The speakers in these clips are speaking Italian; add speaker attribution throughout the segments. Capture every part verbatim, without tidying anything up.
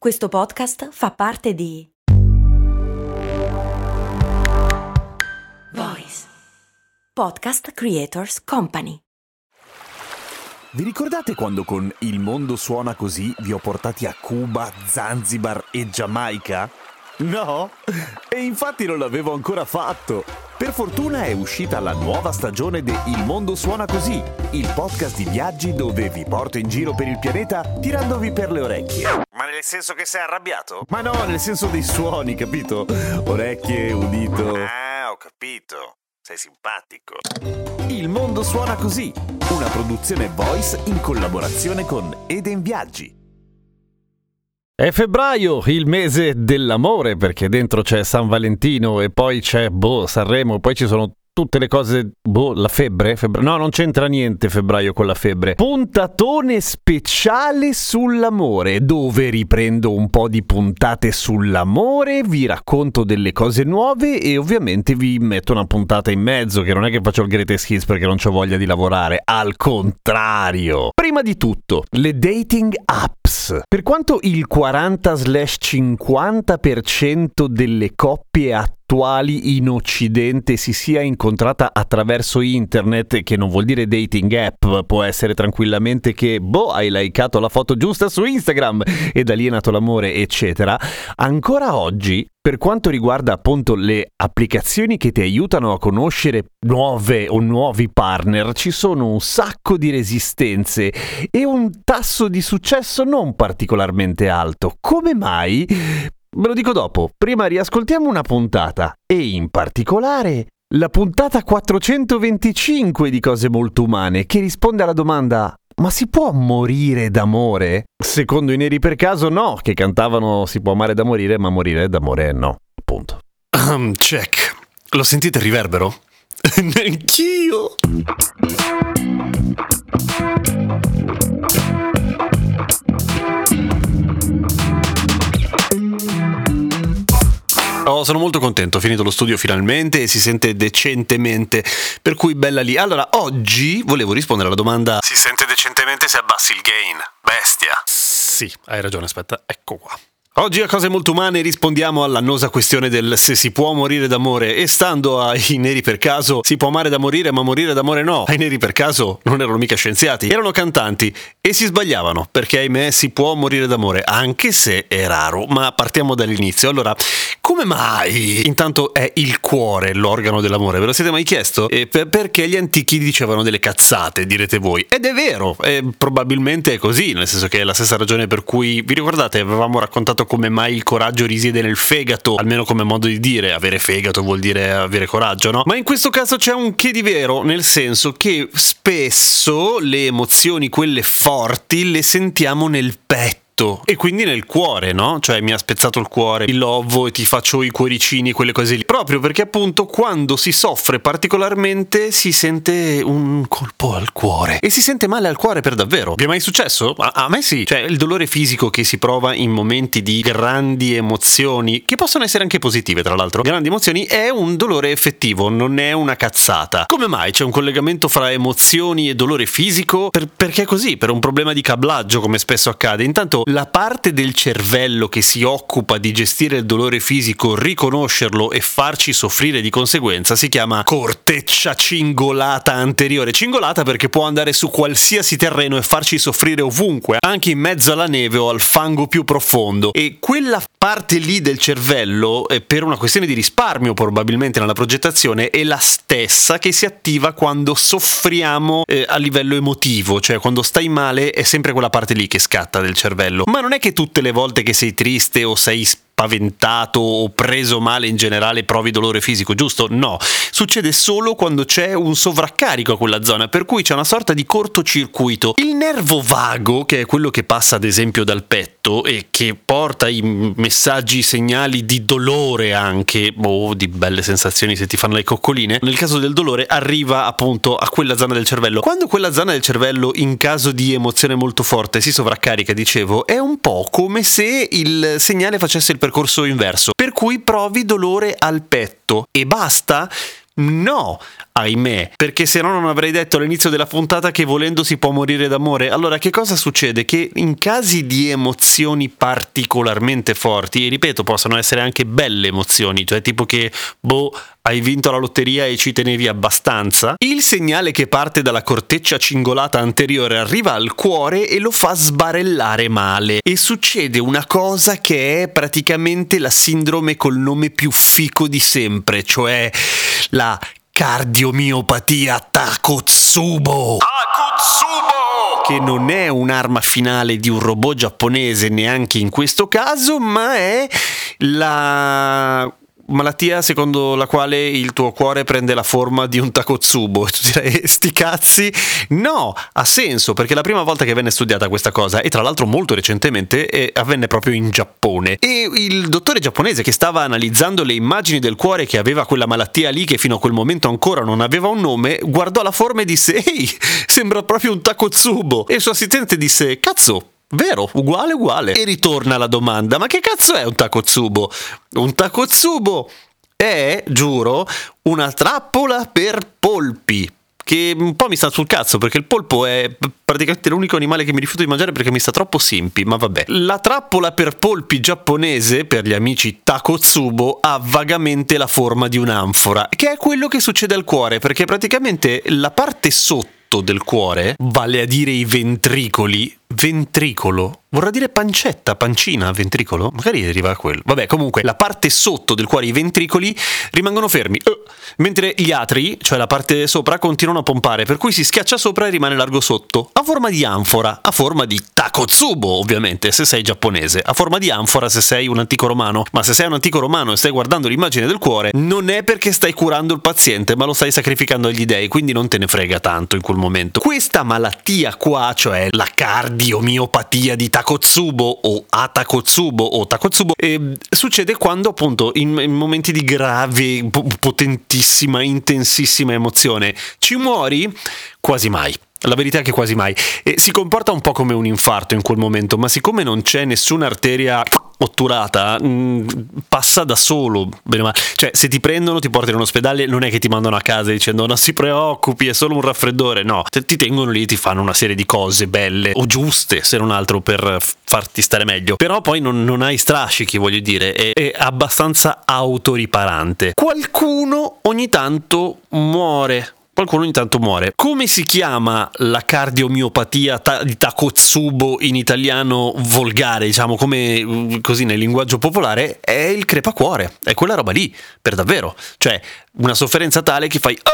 Speaker 1: Questo podcast fa parte di Voice Podcast Creators Company.
Speaker 2: Vi ricordate quando con Il mondo suona così vi ho portati a Cuba, Zanzibar e Giamaica? No? E infatti non l'avevo ancora fatto. Per fortuna è uscita la nuova stagione di Il mondo suona così, il podcast di viaggi dove vi porto in giro per il pianeta tirandovi per le orecchie. Ma nel senso che sei arrabbiato? Ma no, nel senso dei suoni, capito? Orecchie, udito. Ah, ho capito. Sei simpatico. Il mondo suona così, una produzione Voice in collaborazione con Eden Viaggi.
Speaker 3: È febbraio, il mese dell'amore, perché dentro c'è San Valentino e poi c'è, boh, Sanremo, e poi ci sono tutte le cose, boh, la febbre? febbre? No, non c'entra niente febbraio con la febbre. Puntatone speciale sull'amore, dove riprendo un po' di puntate sull'amore, vi racconto delle cose nuove e ovviamente vi metto una puntata in mezzo, che non è che faccio il greatest hits perché non c'ho voglia di lavorare, al contrario. Prima di tutto, le dating apps. Per quanto il quaranta cinquanta per cento delle coppie attuali in Occidente si sia incontrata attraverso internet, che non vuol dire dating app, può essere tranquillamente che, boh, hai likeato la foto giusta su Instagram e da lì è nato l'amore, eccetera, ancora oggi, per quanto riguarda appunto le applicazioni che ti aiutano a conoscere nuove o nuovi partner, ci sono un sacco di resistenze e un tasso di successo non particolarmente alto. Come mai? Ve lo dico dopo. Prima riascoltiamo una puntata e in particolare la puntata quattrocentoventicinque di Cose Molto Umane, che risponde alla domanda: ma si può morire d'amore? Secondo i Neri per Caso no, che cantavano si può amare da morire, ma morire d'amore no, appunto.
Speaker 4: Um, check. Lo sentite il riverbero? Neanch'io. Oh, sono molto contento, ho finito lo studio finalmente e si sente decentemente, per cui bella lì. Allora, oggi volevo rispondere alla domanda: si sente decentemente se abbassi il gain? Bestia. Sì, hai ragione, aspetta, ecco qua. Oggi a Cose Molto Umane rispondiamo all'annosa questione del se si può morire d'amore, e stando ai Neri per Caso si può amare da morire ma morire d'amore no. Ai Neri per Caso non erano mica scienziati, erano cantanti e si sbagliavano, perché ahimè si può morire d'amore, anche se è raro. Ma partiamo dall'inizio. Allora, come mai intanto è il cuore l'organo dell'amore? Ve lo siete mai chiesto? E per, perché gli antichi dicevano delle cazzate, direte voi. Ed è vero, e probabilmente è così, nel senso che è la stessa ragione per cui, vi ricordate, avevamo raccontato come mai il coraggio risiede nel fegato, almeno come modo di dire. Avere fegato vuol dire avere coraggio, no? Ma in questo caso c'è un che di vero, nel senso che spesso le emozioni, quelle forti, le sentiamo nel petto e quindi nel cuore, no? Cioè mi ha spezzato il cuore, il lovo e ti faccio i cuoricini, quelle cose lì, proprio perché appunto quando si soffre particolarmente si sente un colpo al cuore e si sente male al cuore per davvero. Vi è mai successo? A, a me sì. Cioè il dolore fisico che si prova in momenti di grandi emozioni, che possono essere anche positive tra l'altro, grandi emozioni, è un dolore effettivo, non è una cazzata. Come mai c'è un collegamento fra emozioni e dolore fisico? Per, perché è così? Per un problema di cablaggio, come spesso accade. Intanto la parte del cervello che si occupa di gestire il dolore fisico, riconoscerlo e farci soffrire di conseguenza si chiama corteccia cingolata anteriore. Cingolata perché può andare su qualsiasi terreno e farci soffrire ovunque, anche in mezzo alla neve o al fango più profondo. E quella parte lì del cervello, eh, per una questione di risparmio probabilmente nella progettazione, è la stessa che si attiva quando soffriamo eh, a livello emotivo, cioè quando stai male è sempre quella parte lì che scatta del cervello. Ma non è che tutte le volte che sei triste o sei spaventato o preso male in generale provi dolore fisico, giusto? No, succede solo quando c'è un sovraccarico a quella zona, per cui c'è una sorta di cortocircuito. Il nervo vago, che è quello che passa ad esempio dal petto e che porta i messaggi, i segnali di dolore anche, o di belle sensazioni se ti fanno le coccoline, nel caso del dolore arriva appunto a quella zona del cervello. Quando quella zona del cervello in caso di emozione molto forte si sovraccarica, dicevo, è un po' come se il segnale facesse il percorso inverso, per cui provi dolore al petto e basta. No, ahimè, perché se no non avrei detto all'inizio della puntata che volendo si può morire d'amore. Allora, che cosa succede? Che in casi di emozioni particolarmente forti, e ripeto, possono essere anche belle emozioni, cioè tipo che, boh, hai vinto la lotteria e ci tenevi abbastanza, il segnale che parte dalla corteccia cingolata anteriore arriva al cuore e lo fa sbarellare male. E succede una cosa che è praticamente la sindrome col nome più fico di sempre, cioè la cardiomiopatia Takotsubo. Takotsubo! Che non è un'arma finale di un robot giapponese neanche in questo caso, ma è la malattia secondo la quale il tuo cuore prende la forma di un Takotsubo. Tu direi, sti cazzi? No, ha senso, perché la prima volta che venne studiata questa cosa, e tra l'altro molto recentemente, eh, avvenne proprio in Giappone. E il dottore giapponese che stava analizzando le immagini del cuore che aveva quella malattia lì, che fino a quel momento ancora non aveva un nome, guardò la forma e disse: ehi, sembra proprio un Takotsubo. E il suo assistente disse: cazzo, vero, uguale uguale. E ritorna la domanda: ma che cazzo è un Takotsubo? Un Takotsubo è, giuro, una trappola per polpi, che un po' mi sta sul cazzo, perché il polpo è praticamente l'unico animale che mi rifiuto di mangiare perché mi sta troppo simpi, ma vabbè. La trappola per polpi giapponese, per gli amici Takotsubo, ha vagamente la forma di un'anfora, che è quello che succede al cuore, perché praticamente la parte sotto del cuore, vale a dire i ventricoli, ventricolo, vorrà dire pancetta, pancina, ventricolo? Magari deriva da quello. Vabbè, comunque, la parte sotto del cuore, i ventricoli, rimangono fermi, uh, mentre gli atri, cioè la parte sopra, continuano a pompare, per cui si schiaccia sopra e rimane largo sotto, a forma di anfora, a forma di Takotsubo, ovviamente, se sei giapponese, a forma di anfora se sei un antico romano, ma se sei un antico romano e stai guardando l'immagine del cuore, non è perché stai curando il paziente, ma lo stai sacrificando agli dei, quindi non te ne frega tanto in quel momento. Questa malattia qua, cioè la cardiomiopatia di Takotsubo o Atakotsubo o Takotsubo, eh, succede quando appunto in, in momenti di grave, potentissima, intensissima emozione ci muori quasi mai. La verità è che quasi mai. E si comporta un po' come un infarto in quel momento, ma siccome non c'è nessuna arteria otturata, mh, passa da solo, bene, ma cioè se ti prendono, ti portano in ospedale, non è che ti mandano a casa dicendo non si preoccupi, è solo un raffreddore, no, ti tengono lì, ti fanno una serie di cose belle o giuste, se non altro, per farti stare meglio, però poi non, non hai strascichi, voglio dire, è, è abbastanza autoriparante. Qualcuno ogni tanto muore. Qualcuno ogni tanto muore. Come si chiama la cardiomiopatia ta- di Takotsubo in italiano volgare, diciamo, come così nel linguaggio popolare? È il crepacuore, è quella roba lì, per davvero. Cioè, una sofferenza tale che fai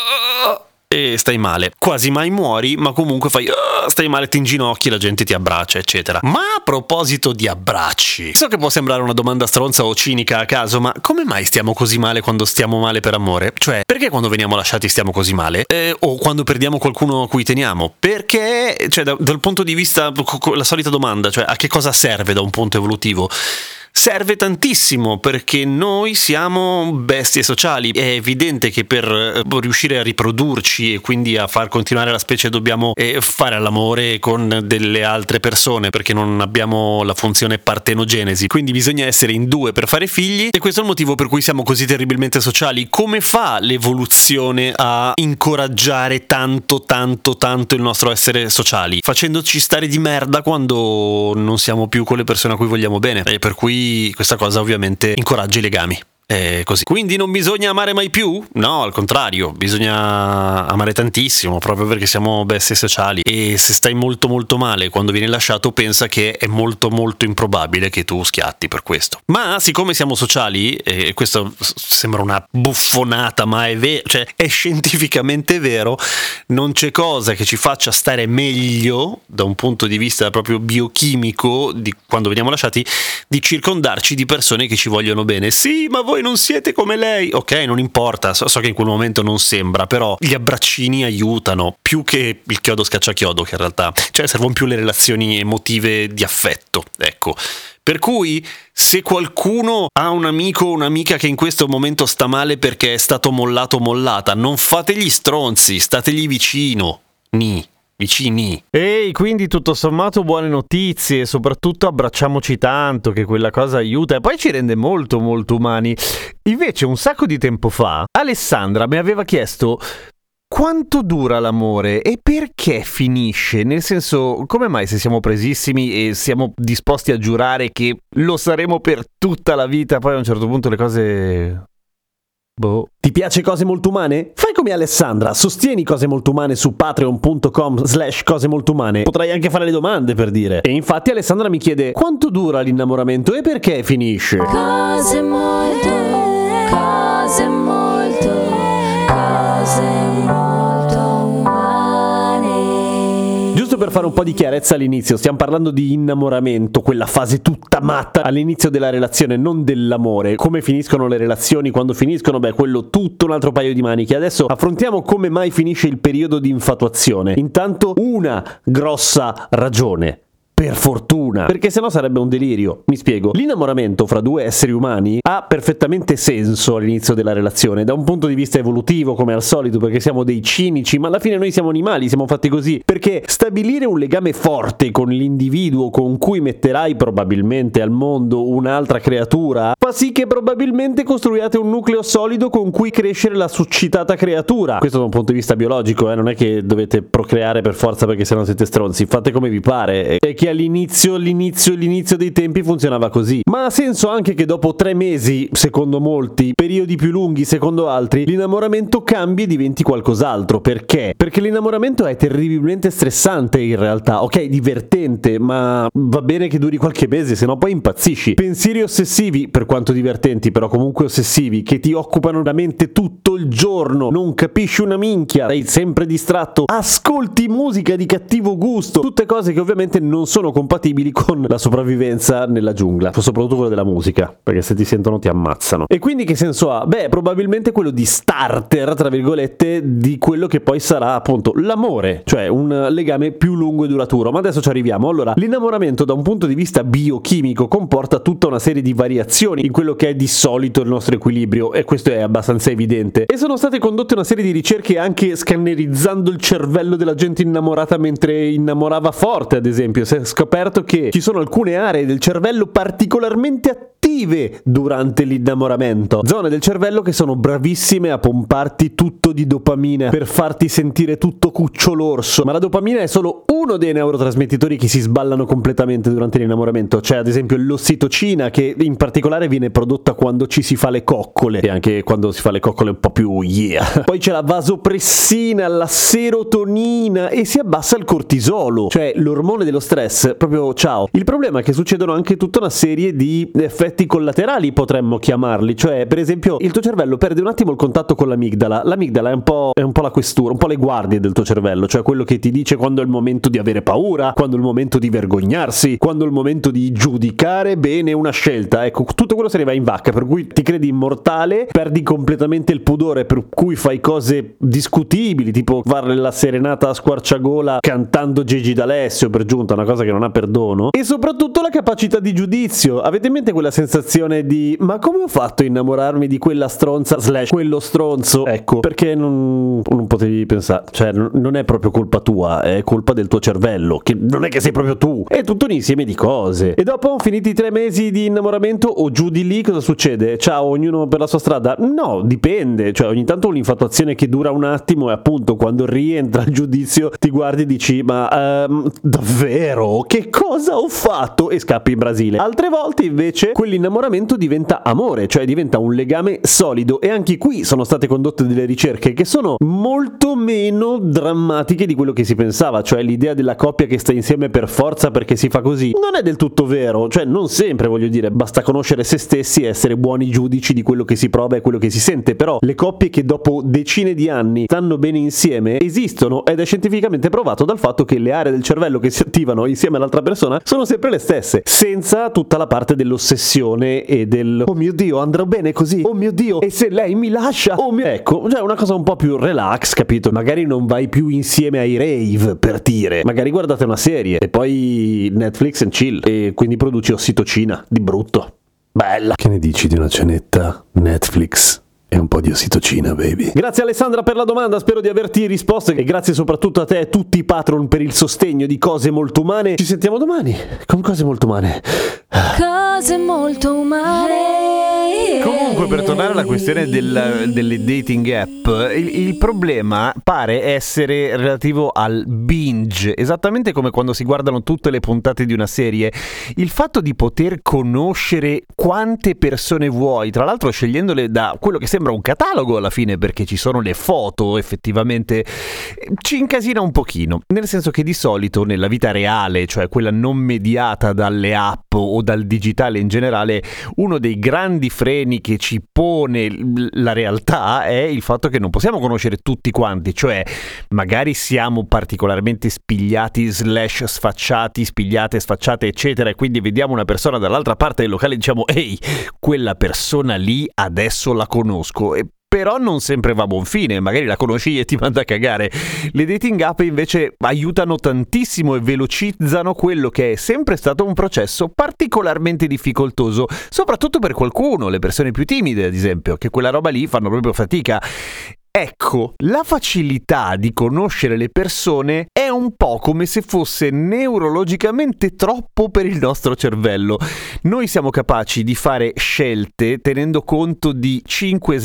Speaker 4: e stai male. Quasi mai muori, ma comunque fai stai male, ti inginocchi, la gente ti abbraccia, eccetera. Ma a proposito di abbracci, so che può sembrare una domanda stronza o cinica a caso, ma come mai stiamo così male quando stiamo male per amore? Cioè, perché quando veniamo lasciati stiamo così male? Eh, o quando perdiamo qualcuno a cui teniamo? Perché, cioè, da, dal punto di vista, la solita domanda, cioè, a che cosa serve da un punto evolutivo? Serve tantissimo, perché noi siamo bestie sociali. È evidente che per riuscire a riprodurci e quindi a far continuare la specie dobbiamo fare l'amore con delle altre persone, perché non abbiamo la funzione partenogenesi, quindi bisogna essere in due per fare figli, e questo è il motivo per cui siamo così terribilmente sociali. Come fa l'evoluzione a incoraggiare tanto tanto tanto il nostro essere sociali? Facendoci stare di merda quando non siamo più con le persone a cui vogliamo bene, e per cui questa cosa ovviamente incoraggia i legami. È così. Quindi non bisogna amare mai più? No, al contrario, bisogna amare tantissimo, proprio perché siamo bestie sociali, e se stai molto molto male quando vieni lasciato, pensa che è molto molto improbabile che tu schiatti per questo. Ma siccome siamo sociali, e questo sembra una buffonata, ma è vero, cioè è scientificamente vero, non c'è cosa che ci faccia stare meglio da un punto di vista proprio biochimico di quando veniamo lasciati, di circondarci di persone che ci vogliono bene. Sì, ma voi non siete come lei. Ok, non importa, so, so che in quel momento non sembra, però gli abbraccini aiutano più che il chiodo scacciachiodo, che in realtà, cioè, servono più le relazioni emotive di affetto, ecco. Per cui se qualcuno ha un amico o un'amica che in questo momento sta male perché è stato mollato o mollata, non fate gli stronzi, stategli vicino. Ni. vicini.
Speaker 3: Ehi, quindi tutto sommato buone notizie, soprattutto abbracciamoci tanto, che quella cosa aiuta e poi ci rende molto molto umani. Invece un sacco di tempo fa Alessandra mi aveva chiesto quanto dura l'amore e perché finisce, nel senso, come mai se siamo presissimi e siamo disposti a giurare che lo saremo per tutta la vita, poi a un certo punto le cose... Boh.
Speaker 5: Ti piace Cose Molto Umane? Fai come Alessandra, sostieni Cose Molto Umane su patreon punto com slash cose molto umane. Potrai anche fare le domande, per dire. E infatti Alessandra mi chiede quanto dura l'innamoramento e perché finisce.
Speaker 6: Cose molto, cose molto, cose molto umane.
Speaker 5: Giusto per fare un po' di chiarezza all'inizio, stiamo parlando di innamoramento, quella fase tutta matta all'inizio della relazione, non dell'amore. Come finiscono le relazioni, quando finiscono, beh, quello tutto un altro paio di maniche. Adesso affrontiamo come mai finisce il periodo di infatuazione. Intanto una grossa ragione. Per fortuna, perché sennò sarebbe un delirio. Mi spiego. L'innamoramento fra due esseri umani ha perfettamente senso all'inizio della relazione, da un punto di vista evolutivo, come al solito, perché siamo dei cinici, ma alla fine noi siamo animali, siamo fatti così. Perché stabilire un legame forte con l'individuo con cui metterai probabilmente al mondo un'altra creatura fa sì che probabilmente costruiate un nucleo solido con cui crescere la suscitata creatura. Questo da un punto di vista biologico, eh? Non è che dovete procreare per forza perché sennò siete stronzi, fate come vi pare. E che all'inizio, all'inizio, all'inizio dei tempi funzionava così. Ma ha senso anche che dopo tre mesi, secondo molti, periodi più lunghi secondo altri, l'innamoramento cambi e diventi qualcos'altro. Perché? Perché l'innamoramento è terribilmente stressante in realtà. Ok, divertente, ma va bene che duri qualche mese, sennò poi impazzisci. Pensieri ossessivi, per quanto divertenti, però comunque ossessivi, che ti occupano la mente tutto il giorno, non capisci una minchia, sei sempre distratto, ascolti musica di cattivo gusto, tutte cose che ovviamente non sono compatibili con la sopravvivenza nella giungla, soprattutto quello della musica, perché se ti sentono ti ammazzano. E quindi che senso ha? Beh, probabilmente quello di starter, tra virgolette, di quello che poi sarà appunto l'amore, cioè un legame più lungo e duraturo. Ma adesso ci arriviamo. Allora, l'innamoramento da un punto di vista biochimico comporta tutta una serie di variazioni in quello che è di solito il nostro equilibrio, e questo è abbastanza evidente. E sono state condotte una serie di ricerche anche scannerizzando il cervello della gente innamorata mentre innamorava forte, ad esempio. Si è scoperto che ci sono alcune aree del cervello particolarmente attive durante l'innamoramento, zone del cervello che sono bravissime a pomparti tutto di dopamina per farti sentire tutto cucciolorso. Ma la dopamina è solo uno dei neurotrasmettitori che si sballano completamente durante l'innamoramento. C'è ad esempio l'ossitocina, che in particolare viene prodotta quando ci si fa le coccole, e anche quando si fa le coccole un po' più yeah. Poi c'è la vasopressina, la serotonina, e si abbassa il cortisolo, cioè l'ormone dello stress, proprio ciao. Il problema è che succedono anche tutta una serie di effetti collaterali, potremmo chiamarli, cioè per esempio il tuo cervello perde un attimo il contatto con l'amigdala. L'amigdala è un po', è un po' la questura, un po' le guardie del tuo cervello, cioè quello che ti dice quando è il momento di avere paura, quando è il momento di vergognarsi, quando è il momento di giudicare bene una scelta. Ecco, tutto quello se ne va in vacca, per cui ti credi immortale, perdi completamente il pudore, per cui fai cose discutibili, tipo fare la serenata a squarciagola cantando Gigi D'Alessio, per giunta, una cosa che non ha perdono. E soprattutto la capacità di giudizio. Avete in mente quella sensazione di ma come ho fatto a innamorarmi di quella stronza slash quello stronzo? Ecco, perché non, non potevi pensare, cioè non è proprio colpa tua, è colpa del tuo cervello, che non è che sei proprio tu, è tutto un insieme di cose. E dopo, finiti i tre mesi di innamoramento o giù di lì, cosa succede? Ciao, ognuno per la sua strada? No, dipende, cioè ogni tanto un'infatuazione che dura un attimo e appunto quando rientra il giudizio ti guardi e dici ma um, davvero? Che cosa ho fatto? E scappi in Brasile. Altre volte invece quell'innamoramento diventa amore, cioè diventa un legame solido, e anche qui sono state condotte delle ricerche che sono molto meno drammatiche di quello che si pensava, cioè l'idea della coppia che sta insieme per forza perché si fa così non è del tutto vero, cioè non sempre, voglio dire, basta conoscere se stessi e essere buoni giudici di quello che si prova e quello che si sente. Però le coppie che dopo decine di anni stanno bene insieme esistono, ed è scientificamente provato dal fatto che le aree del cervello che si attivano insieme all'altra persona sono sempre le stesse, senza tutta la parte dell'ossessione e del oh mio Dio, andrà bene così, oh mio Dio, e se lei mi lascia, oh mio... Ecco, cioè una cosa un po' più relax, capito? Magari non vai più insieme ai rave, per dire, magari guardate una serie e poi Netflix and chill, e quindi produci ossitocina di brutto. Bella. Che ne dici di una cenetta Netflix e un po' di ossitocina, baby. Grazie Alessandra per la domanda, spero di averti risposto e grazie soprattutto a te e tutti i patron per il sostegno di Cose Molto Umane. Ci sentiamo domani con Cose Molto Umane.
Speaker 6: Cose molto umane.
Speaker 3: Comunque, per tornare alla questione del, delle dating app, il, il problema pare essere relativo al binge, esattamente come quando si guardano tutte le puntate di una serie. Il fatto di poter conoscere quante persone vuoi, tra l'altro scegliendole da quello che sembra un catalogo alla fine, perché ci sono le foto, effettivamente ci incasina un pochino, nel senso che di solito nella vita reale, cioè quella non mediata dalle app o dal digitale in generale, uno dei grandi freni che ci pone la realtà è il fatto che non possiamo conoscere tutti quanti, cioè magari siamo particolarmente spigliati slash sfacciati, spigliate, sfacciate eccetera, e quindi vediamo una persona dall'altra parte del locale e diciamo ehi, quella persona lì adesso la conosco, e però non sempre va a buon fine, magari la conosci e ti manda a cagare. Le dating app invece aiutano tantissimo e velocizzano quello che è sempre stato un processo particolarmente difficoltoso, soprattutto per qualcuno, le persone più timide ad esempio, che quella roba lì fanno proprio fatica. Ecco, la facilità di conoscere le persone è un po' come se fosse neurologicamente troppo per il nostro cervello. Noi siamo capaci di fare scelte tenendo conto di cinque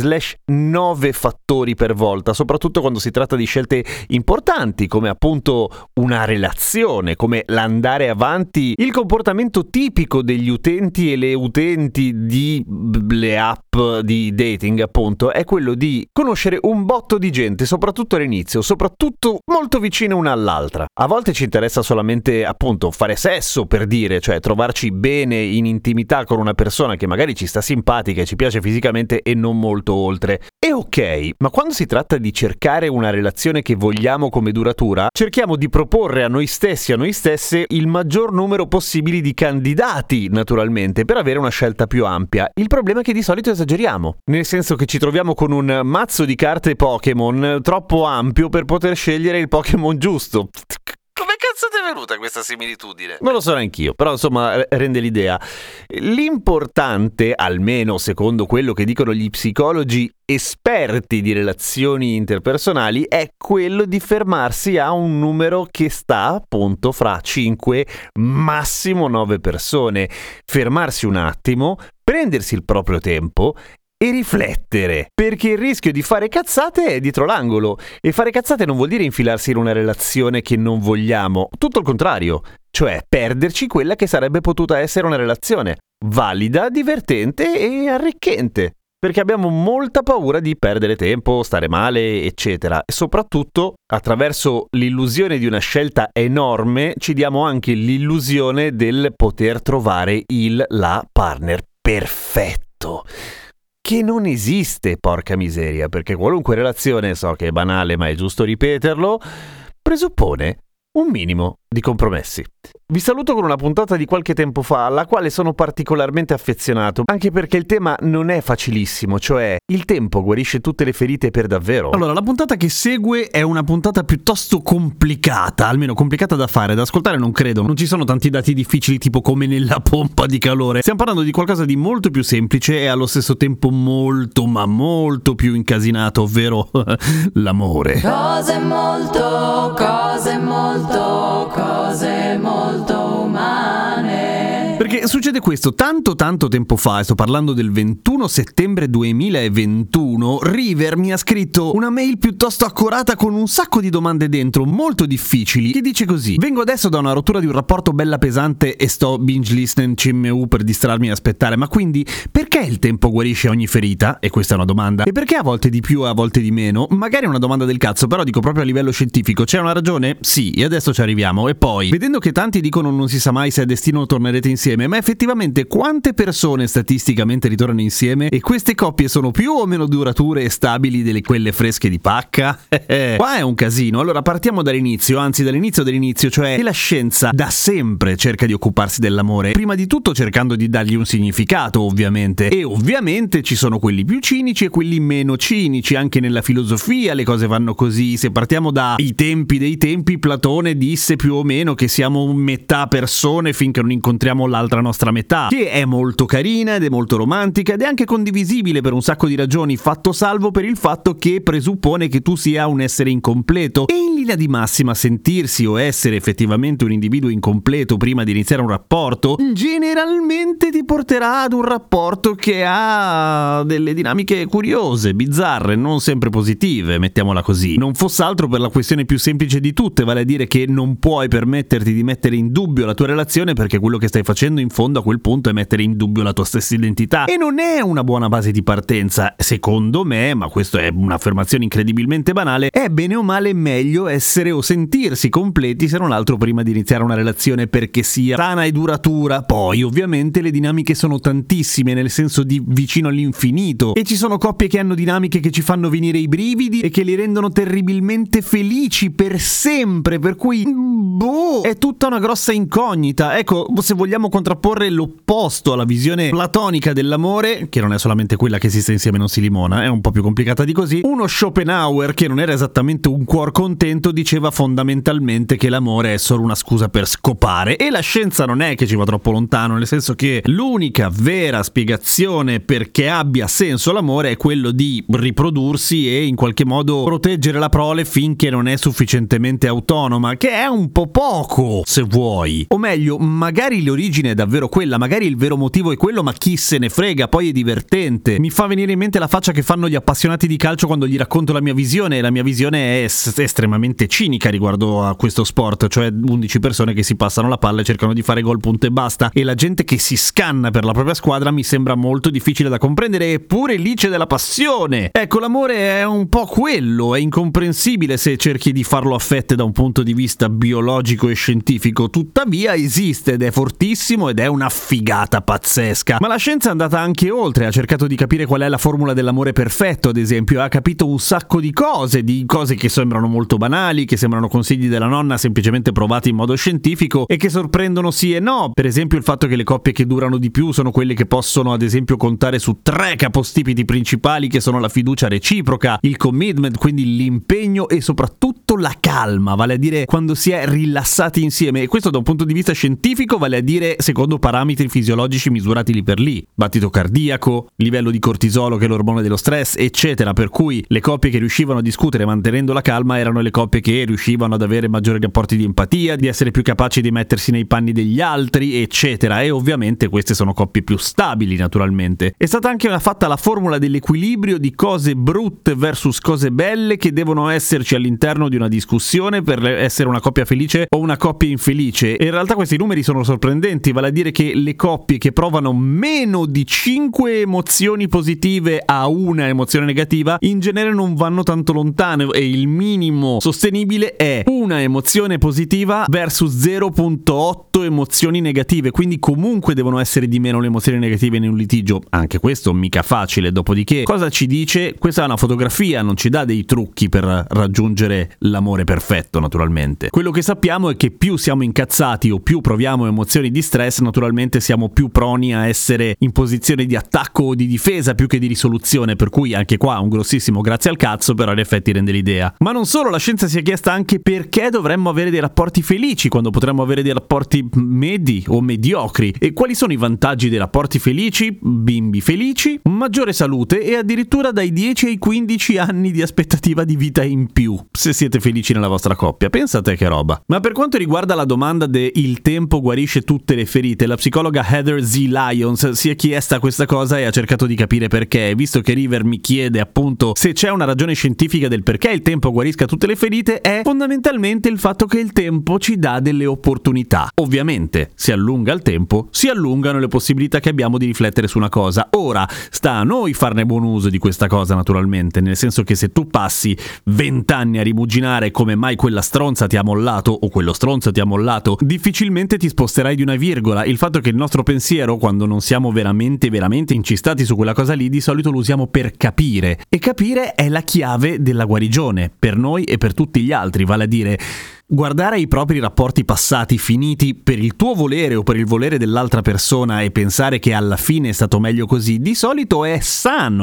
Speaker 3: nove fattori per volta, soprattutto quando si tratta di scelte importanti, come appunto una relazione, come l'andare avanti. Il comportamento tipico degli utenti e le utenti di le app di dating, appunto, è quello di conoscere un botto di gente, soprattutto all'inizio, soprattutto molto vicine una all'altra. A volte ci interessa solamente, appunto, fare sesso, per dire, cioè trovarci bene in intimità con una persona che magari ci sta simpatica e ci piace fisicamente e non molto oltre. E ok, ma quando si tratta di cercare una relazione che vogliamo come duratura, cerchiamo di proporre a noi stessi, a noi stesse, il maggior numero possibile di candidati, naturalmente, per avere una scelta più ampia. Il problema è che di solito esageriamo, nel senso che ci troviamo con un mazzo di carte Pokémon troppo ampio per poter scegliere il Pokémon giusto.
Speaker 4: Come cazzo ti è venuta questa similitudine?
Speaker 3: Non lo so neanch'io, però insomma rende l'idea. L'importante, almeno secondo quello che dicono gli psicologi esperti di relazioni interpersonali, è quello di fermarsi a un numero che sta appunto fra cinque, massimo nove persone. Fermarsi un attimo, prendersi il proprio tempo e riflettere, perché il rischio di fare cazzate è dietro l'angolo, e fare cazzate non vuol dire infilarsi in una relazione che non vogliamo, tutto il contrario, cioè perderci quella che sarebbe potuta essere una relazione valida, divertente e arricchente, perché abbiamo molta paura di perdere tempo, stare male, eccetera, e soprattutto attraverso l'illusione di una scelta enorme ci diamo anche l'illusione del poter trovare il la partner perfetto, che non esiste, porca miseria, perché qualunque relazione, so che è banale ma è giusto ripeterlo, presuppone un minimo di compromessi. Vi saluto con una puntata di qualche tempo fa alla quale sono particolarmente affezionato, anche perché il tema non è facilissimo, cioè il tempo guarisce tutte le ferite per davvero. Allora, la puntata che segue è una puntata piuttosto complicata, almeno complicata da fare, da ascoltare non credo, non ci sono tanti dati difficili tipo come nella pompa di calore. Stiamo parlando di qualcosa di molto più semplice e allo stesso tempo molto ma molto più incasinato, ovvero l'amore.
Speaker 6: Cose molto, cose molto, cose molto umane.
Speaker 3: Perché succede questo, tanto tanto tempo fa, e sto parlando del ventuno settembre duemilaventuno, River mi ha scritto una mail piuttosto accurata con un sacco di domande dentro, molto difficili, che dice così: vengo adesso da una rottura di un rapporto bella pesante e sto binge listening C M U per distrarmi e aspettare, ma quindi perché il tempo guarisce ogni ferita? E questa è una domanda. E perché a volte di più e a volte di meno? Magari è una domanda del cazzo, però dico proprio a livello scientifico, c'è una ragione? Sì, e adesso ci arriviamo. E poi, vedendo che tanti dicono non si sa mai se a destino tornerete insieme, ma effettivamente quante persone statisticamente ritornano insieme e queste coppie sono più o meno durature e stabili delle quelle fresche di pacca? Qua è un casino. Allora partiamo dall'inizio, anzi dall'inizio dell'inizio, cioè che la scienza da sempre cerca di occuparsi dell'amore, prima di tutto cercando di dargli un significato, ovviamente, e ovviamente ci sono quelli più cinici e quelli meno cinici, anche nella filosofia le cose vanno così. Se partiamo dai tempi dei tempi, Platone disse più o meno che siamo metà persone finché non incontriamo l'altra l'altra nostra metà, che è molto carina ed è molto romantica ed è anche condivisibile per un sacco di ragioni, fatto salvo per il fatto che presuppone che tu sia un essere incompleto, e in linea di massima sentirsi o essere effettivamente un individuo incompleto prima di iniziare un rapporto generalmente ti porterà ad un rapporto che ha delle dinamiche curiose, bizzarre, non sempre positive, mettiamola così. Non fosse altro per la questione più semplice di tutte, vale a dire che non puoi permetterti di mettere in dubbio la tua relazione, perché quello che stai facendo in fondo a quel punto è mettere in dubbio la tua stessa identità, e non è una buona base di partenza. Secondo me, ma questo è un'affermazione incredibilmente banale, è bene o male meglio essere o sentirsi completi se non altro prima di iniziare una relazione, perché sia sana e duratura. Poi ovviamente le dinamiche sono tantissime, nel senso di vicino all'infinito, e ci sono coppie che hanno dinamiche che ci fanno venire i brividi e che li rendono terribilmente felici per sempre, per cui boh, è tutta una grossa incognita. Ecco, se vogliamo contrapporre l'opposto alla visione platonica dell'amore, che non è solamente quella che si sta insieme e non si limona, è un po' più complicata di così, uno Schopenhauer, che non era esattamente un cuor contento, diceva fondamentalmente che l'amore è solo una scusa per scopare, e la scienza non è che ci va troppo lontano, nel senso che l'unica vera spiegazione perché abbia senso l'amore è quello di riprodursi e in qualche modo proteggere la prole finché non è sufficientemente autonoma, che è un po' poco, se vuoi. O meglio, magari l'origine è davvero quella, magari il vero motivo è quello, ma chi se ne frega, poi è divertente. Mi fa venire in mente la faccia che fanno gli appassionati di calcio quando gli racconto la mia visione, e la mia visione è es- estremamente cinica riguardo a questo sport, cioè undici persone che si passano la palla e cercano di fare gol, punto e basta, e la gente che si scanna per la propria squadra mi sembra molto difficile da comprendere, eppure lì c'è della passione. Ecco, l'amore è un po' quello, è incomprensibile se cerchi di farlo a fette da un punto di vista biologico e scientifico, tuttavia esiste ed è fortissimo ed è una figata pazzesca. Ma la scienza è andata anche oltre, ha cercato di capire qual è la formula dell'amore perfetto, ad esempio, ha capito un sacco di cose, di cose che sembrano molto banali, che sembrano consigli della nonna semplicemente provati in modo scientifico e che sorprendono sì e no. Per esempio il fatto che le coppie che durano di più sono quelle che possono ad esempio contare su tre capostipiti principali, che sono la fiducia reciproca, il commitment, quindi l'impegno, e soprattutto la calma, vale a dire quando si è rilassati insieme, e questo da un punto di vista scientifico vale a dire secondo parametri fisiologici misurati lì per lì, battito cardiaco, livello di cortisolo che è l'ormone dello stress, eccetera, per cui le coppie che riuscivano a discutere mantenendo la calma erano le coppie che riuscivano ad avere maggiori rapporti di empatia, di essere più capaci di mettersi nei panni degli altri, eccetera, e ovviamente queste sono coppie più stabili, naturalmente. È stata anche fatta la formula dell'equilibrio di cose brutte versus cose belle che devono esserci all'interno di una discussione per essere una coppia felice o una coppia infelice, e in realtà questi numeri sono sorprendenti, vale a dire che le coppie che provano meno di cinque emozioni positive a una emozione negativa in genere non vanno tanto lontano, e il minimo sostenibile è una emozione positiva versus zero virgola otto emozioni negative, quindi comunque devono essere di meno le emozioni negative in un litigio. Anche questo mica facile. Dopodiché cosa ci dice? Questa è una fotografia, non ci dà dei trucchi per raggiungere l'amore perfetto, naturalmente. Quello che sappiamo è che più siamo incazzati o più proviamo emozioni di stress, naturalmente siamo più proni a essere in posizione di attacco o di difesa più che di risoluzione, per cui anche qua un grossissimo grazie al cazzo, però in effetti rende l'idea. Ma non solo, la scienza si è chiesta anche perché dovremmo avere dei rapporti felici quando potremmo avere dei rapporti medi o mediocri, e quali sono i vantaggi dei rapporti felici? Bimbi felici, maggiore salute e addirittura dai dieci ai quindici anni di aspettativa di vita in più se siete felici nella vostra coppia. Pensate che roba. Ma per quanto riguarda la domanda de il tempo guarisce tutte le ferite, la psicologa Heather Z. Lyons si è chiesta questa cosa e ha cercato di capire perché. Visto che River mi chiede appunto se c'è una ragione scientifica del perché il tempo guarisca tutte le ferite, è fondamentalmente il fatto che il tempo ci dà delle opportunità. Ovviamente si allunga il tempo, si allungano le possibilità che abbiamo di riflettere su una cosa. Ora sta a noi farne buon uso di questa cosa, naturalmente, nel senso che se tu passi vent'anni a rimuginare come mai quella stronza ti ha mollato o quello stronzo ti ha mollato, difficilmente ti sposterai di una virgola. Il fatto che il nostro pensiero, quando non siamo veramente veramente incistati su quella cosa lì, di solito lo usiamo per capire, e capire è la chiave della guarigione per noi e per tutti gli altri, vale a dire guardare i propri rapporti passati finiti per il tuo volere o per il volere dell'altra persona e pensare che alla fine è stato meglio così, di solito è sano.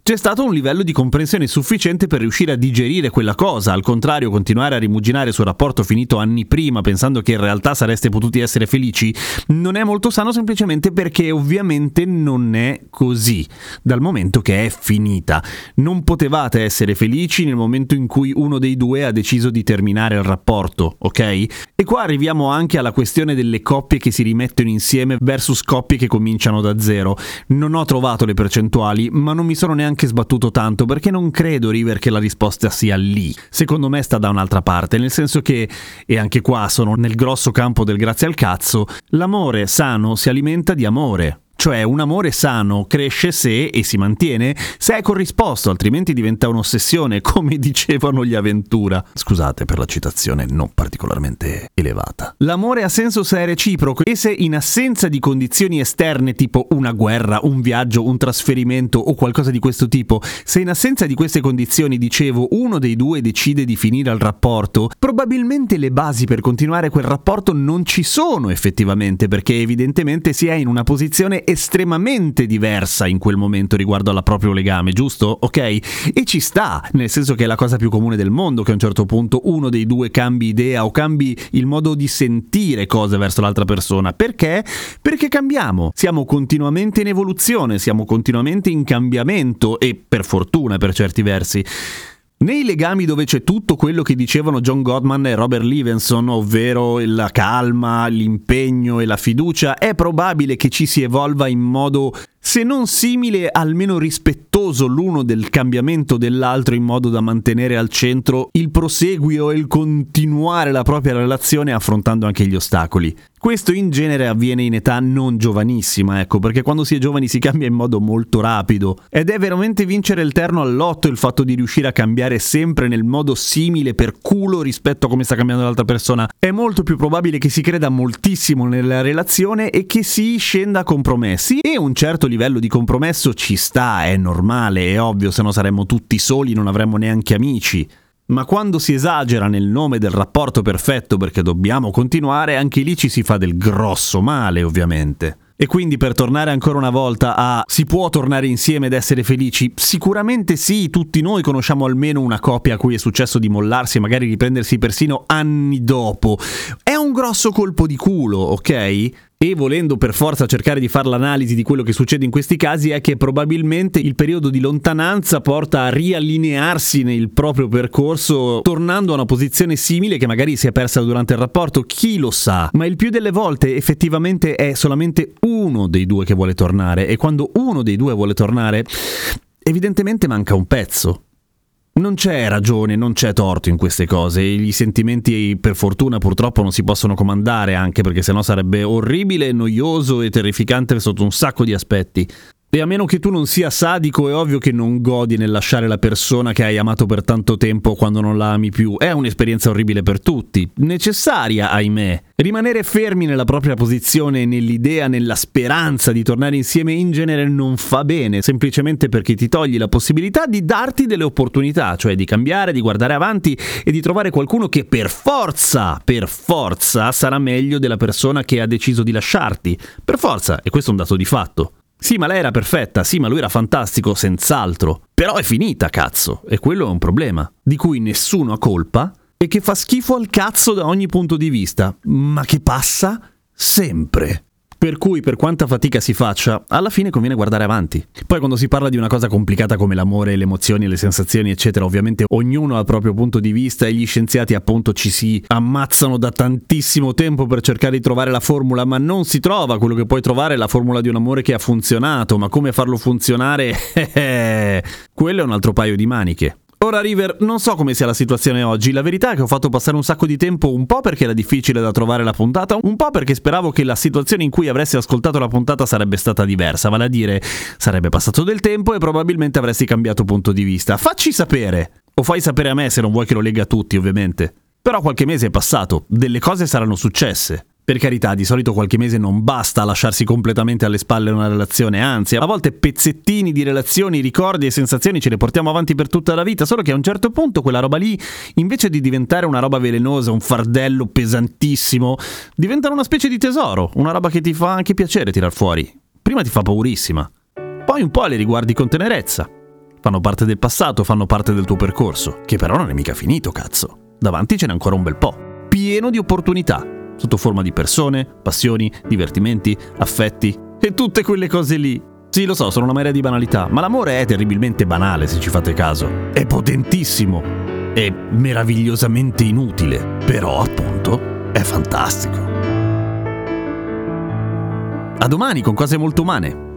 Speaker 3: c'è stato un livello di comprensione sufficiente per riuscire a digerire quella cosa. Al contrario, continuare a rimuginare sul rapporto finito anni prima pensando che in realtà sareste potuti essere felici non è molto sano, semplicemente perché ovviamente non è così, dal momento che è finita. Non potevate essere felici nel momento in cui uno dei due ha deciso di terminare il rapporto, ok? E qua arriviamo anche alla questione delle coppie che si rimettono insieme versus coppie che cominciano da zero. Non ho trovato le percentuali, ma non mi sono neanche anche sbattuto tanto, perché non credo, River, che la risposta sia lì. Secondo me sta da un'altra parte, nel senso che, e anche qua sono nel grosso campo del grazie al cazzo, l'amore sano si alimenta di amore. Cioè un amore sano cresce se, e si mantiene, se è corrisposto, altrimenti diventa un'ossessione, come dicevano gli Aventura. Scusate per la citazione non particolarmente elevata. L'amore ha senso se è reciproco e se in assenza di condizioni esterne tipo una guerra, un viaggio, un trasferimento o qualcosa di questo tipo, se in assenza di queste condizioni, dicevo, uno dei due decide di finire il rapporto, probabilmente le basi per continuare quel rapporto non ci sono effettivamente, perché evidentemente si è in una posizione estremamente diversa in quel momento riguardo al proprio legame, giusto? Ok? E ci sta, nel senso che è la cosa più comune del mondo che a un certo punto uno dei due cambi idea o cambi il modo di sentire cose verso l'altra persona. Perché? Perché cambiamo, siamo continuamente in evoluzione, siamo continuamente in cambiamento e per fortuna per certi versi. Nei legami dove c'è tutto quello che dicevano John Gottman e Robert Levenson, ovvero la calma, l'impegno e la fiducia, è probabile che ci si evolva in modo, se non simile, almeno rispettoso l'uno del cambiamento dell'altro, in modo da mantenere al centro il proseguio e il continuare la propria relazione affrontando anche gli ostacoli. Questo in genere avviene in età non giovanissima, ecco, perché quando si è giovani si cambia in modo molto rapido ed è veramente vincere il terno al lotto il fatto di riuscire a cambiare sempre nel modo simile per culo rispetto a come sta cambiando l'altra persona. È molto più probabile che si creda moltissimo nella relazione e che si scenda a compromessi, e un certo livello di compromesso ci sta, è normale, è ovvio, se no saremmo tutti soli, non avremmo neanche amici. Ma quando si esagera nel nome del rapporto perfetto perché dobbiamo continuare, anche lì ci si fa del grosso male, ovviamente. E quindi, per tornare ancora una volta a si può tornare insieme ed essere felici? Sicuramente sì, tutti noi conosciamo almeno una coppia a cui è successo di mollarsi e magari riprendersi persino anni dopo. È un grosso colpo di culo, ok? E volendo per forza cercare di fare l'analisi di quello che succede in questi casi, è che probabilmente il periodo di lontananza porta a riallinearsi nel proprio percorso, tornando a una posizione simile che magari si è persa durante il rapporto, chi lo sa, ma il più delle volte effettivamente è solamente uno dei due che vuole tornare, e quando uno dei due vuole tornare evidentemente manca un pezzo. Non c'è ragione, non c'è torto in queste cose, i sentimenti per fortuna purtroppo non si possono comandare, anche perché sennò sarebbe orribile, noioso e terrificante sotto un sacco di aspetti. E a meno che tu non sia sadico, è ovvio che non godi nel lasciare la persona che hai amato per tanto tempo quando non la ami più. È un'esperienza orribile per tutti, necessaria, ahimè. Rimanere fermi nella propria posizione, nell'idea, nella speranza di tornare insieme in genere non fa bene, semplicemente perché ti togli la possibilità di darti delle opportunità, cioè di cambiare, di guardare avanti e di trovare qualcuno che per forza, per forza sarà meglio della persona che ha deciso di lasciarti. Per forza, e questo è un dato di fatto. Sì, ma lei era perfetta, sì, ma lui era fantastico, senz'altro. Però è finita, cazzo, e quello è un problema, di cui nessuno ha colpa e che fa schifo al cazzo da ogni punto di vista, ma che passa sempre. Per cui, per quanta fatica si faccia, alla fine conviene guardare avanti. Poi quando si parla di una cosa complicata come l'amore, le emozioni, le sensazioni, eccetera, ovviamente ognuno ha il proprio punto di vista e gli scienziati appunto ci si ammazzano da tantissimo tempo per cercare di trovare la formula, ma non si trova. Quello che puoi trovare è la formula di un amore che ha funzionato, ma come farlo funzionare? Quello è un altro paio di maniche. Ora, River, non so come sia la situazione oggi, la verità è che ho fatto passare un sacco di tempo, un po' perché era difficile da trovare la puntata, un po' perché speravo che la situazione in cui avresti ascoltato la puntata sarebbe stata diversa, vale a dire sarebbe passato del tempo e probabilmente avresti cambiato punto di vista. Facci sapere, o fai sapere a me se non vuoi che lo legga a tutti, ovviamente. Però qualche mese è passato, delle cose saranno successe. Per carità, di solito qualche mese non basta a lasciarsi completamente alle spalle una relazione, anzi, a volte pezzettini di relazioni, ricordi e sensazioni ce le portiamo avanti per tutta la vita, solo che a un certo punto quella roba lì, invece di diventare una roba velenosa, un fardello pesantissimo, diventano una specie di tesoro, una roba che ti fa anche piacere tirar fuori. Prima ti fa paurissima, poi un po' le riguardi con tenerezza.
Speaker 7: fanno parte del passato, fanno parte del tuo percorso, che però non è mica finito, cazzo. Davanti ce n'è ancora un bel po', pieno di opportunità, sotto forma di persone, passioni, divertimenti, affetti e tutte quelle cose lì. Sì, lo so, sono una marea di banalità, ma l'amore è terribilmente banale se ci fate caso. È potentissimo, è meravigliosamente inutile, però appunto è fantastico. A domani con cose molto umane.